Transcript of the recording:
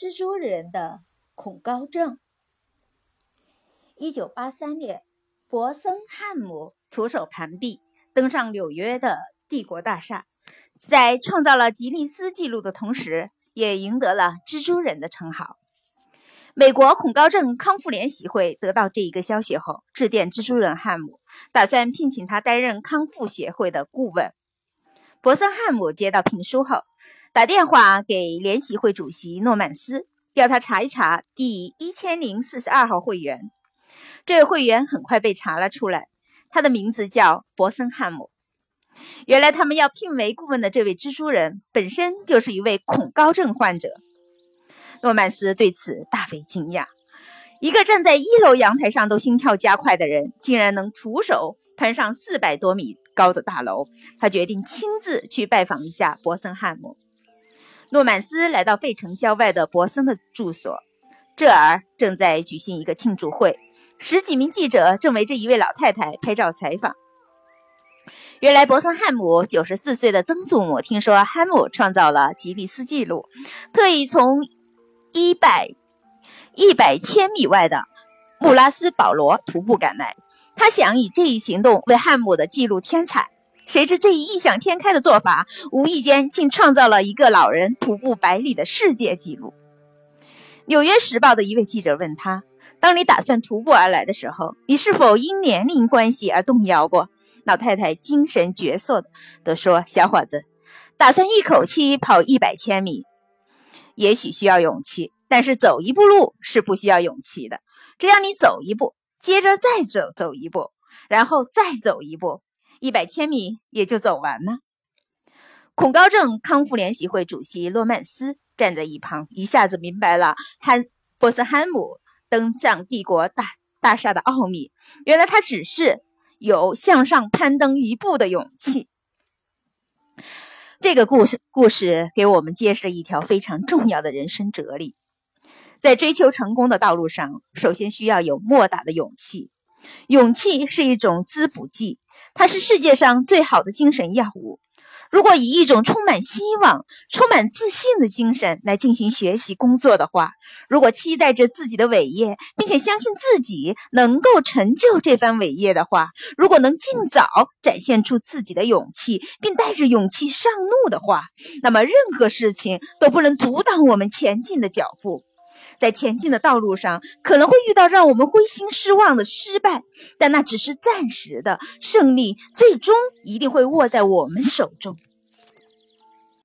蜘蛛人的恐高症。1983年，博森汉姆徒手盘壁登上纽约的帝国大厦，在创造了吉尼斯纪录的同时，也赢得了蜘蛛人的称号。美国恐高症康复联席会得到这一个消息后，致电蜘蛛人汉姆，打算聘请他担任康复协会的顾问。博森汉姆接到聘书后，打电话给联席会主席诺曼斯，要他查一查第1042号会员。这位会员很快被查了出来，他的名字叫博森汉姆。原来他们要聘为顾问的这位蜘蛛人本身就是一位恐高症患者。诺曼斯对此大为惊讶，一个站在1楼阳台上都心跳加快的人，竟然能徒手攀上400多米高的大楼。他决定亲自去拜访一下博森汉姆。诺曼斯来到费城郊外的博森的住所，这儿正在举行一个庆祝会，10几名记者正围着一位老太太拍照采访。原来博森汉姆94岁的曾祖母听说汉姆创造了吉尼斯纪录，特意从100千米外的穆拉斯保罗徒步赶来，他想以这一行动为汉姆的纪录添彩。谁知这一异想天开的做法，无意间竟创造了一个老人徒步100里的世界纪录。纽约时报的一位记者问他，当你打算徒步而来的时候，你是否因年龄关系而动摇过？老太太精神矍铄地说，小伙子，打算一口气跑100千米，也许需要勇气，但是走一步路是不需要勇气的。只要你走一步，接着再走一步，然后再走一步，100千米也就走完了。恐高症康复联席会主席洛曼斯站在一旁，一下子明白了博森汉姆登上帝国大厦的奥秘。原来他只是有向上攀登一步的勇气。这个故事给我们揭示了一条非常重要的人生哲理。在追求成功的道路上，首先需要有莫大的勇气。勇气是一种滋补剂，它是世界上最好的精神药物。如果以一种充满希望、充满自信的精神来进行学习工作的话，如果期待着自己的伟业，并且相信自己能够成就这番伟业的话，如果能尽早展现出自己的勇气，并带着勇气上路的话，那么任何事情都不能阻挡我们前进的脚步。在前进的道路上，可能会遇到让我们灰心失望的失败，但那只是暂时的，胜利最终一定会握在我们手中。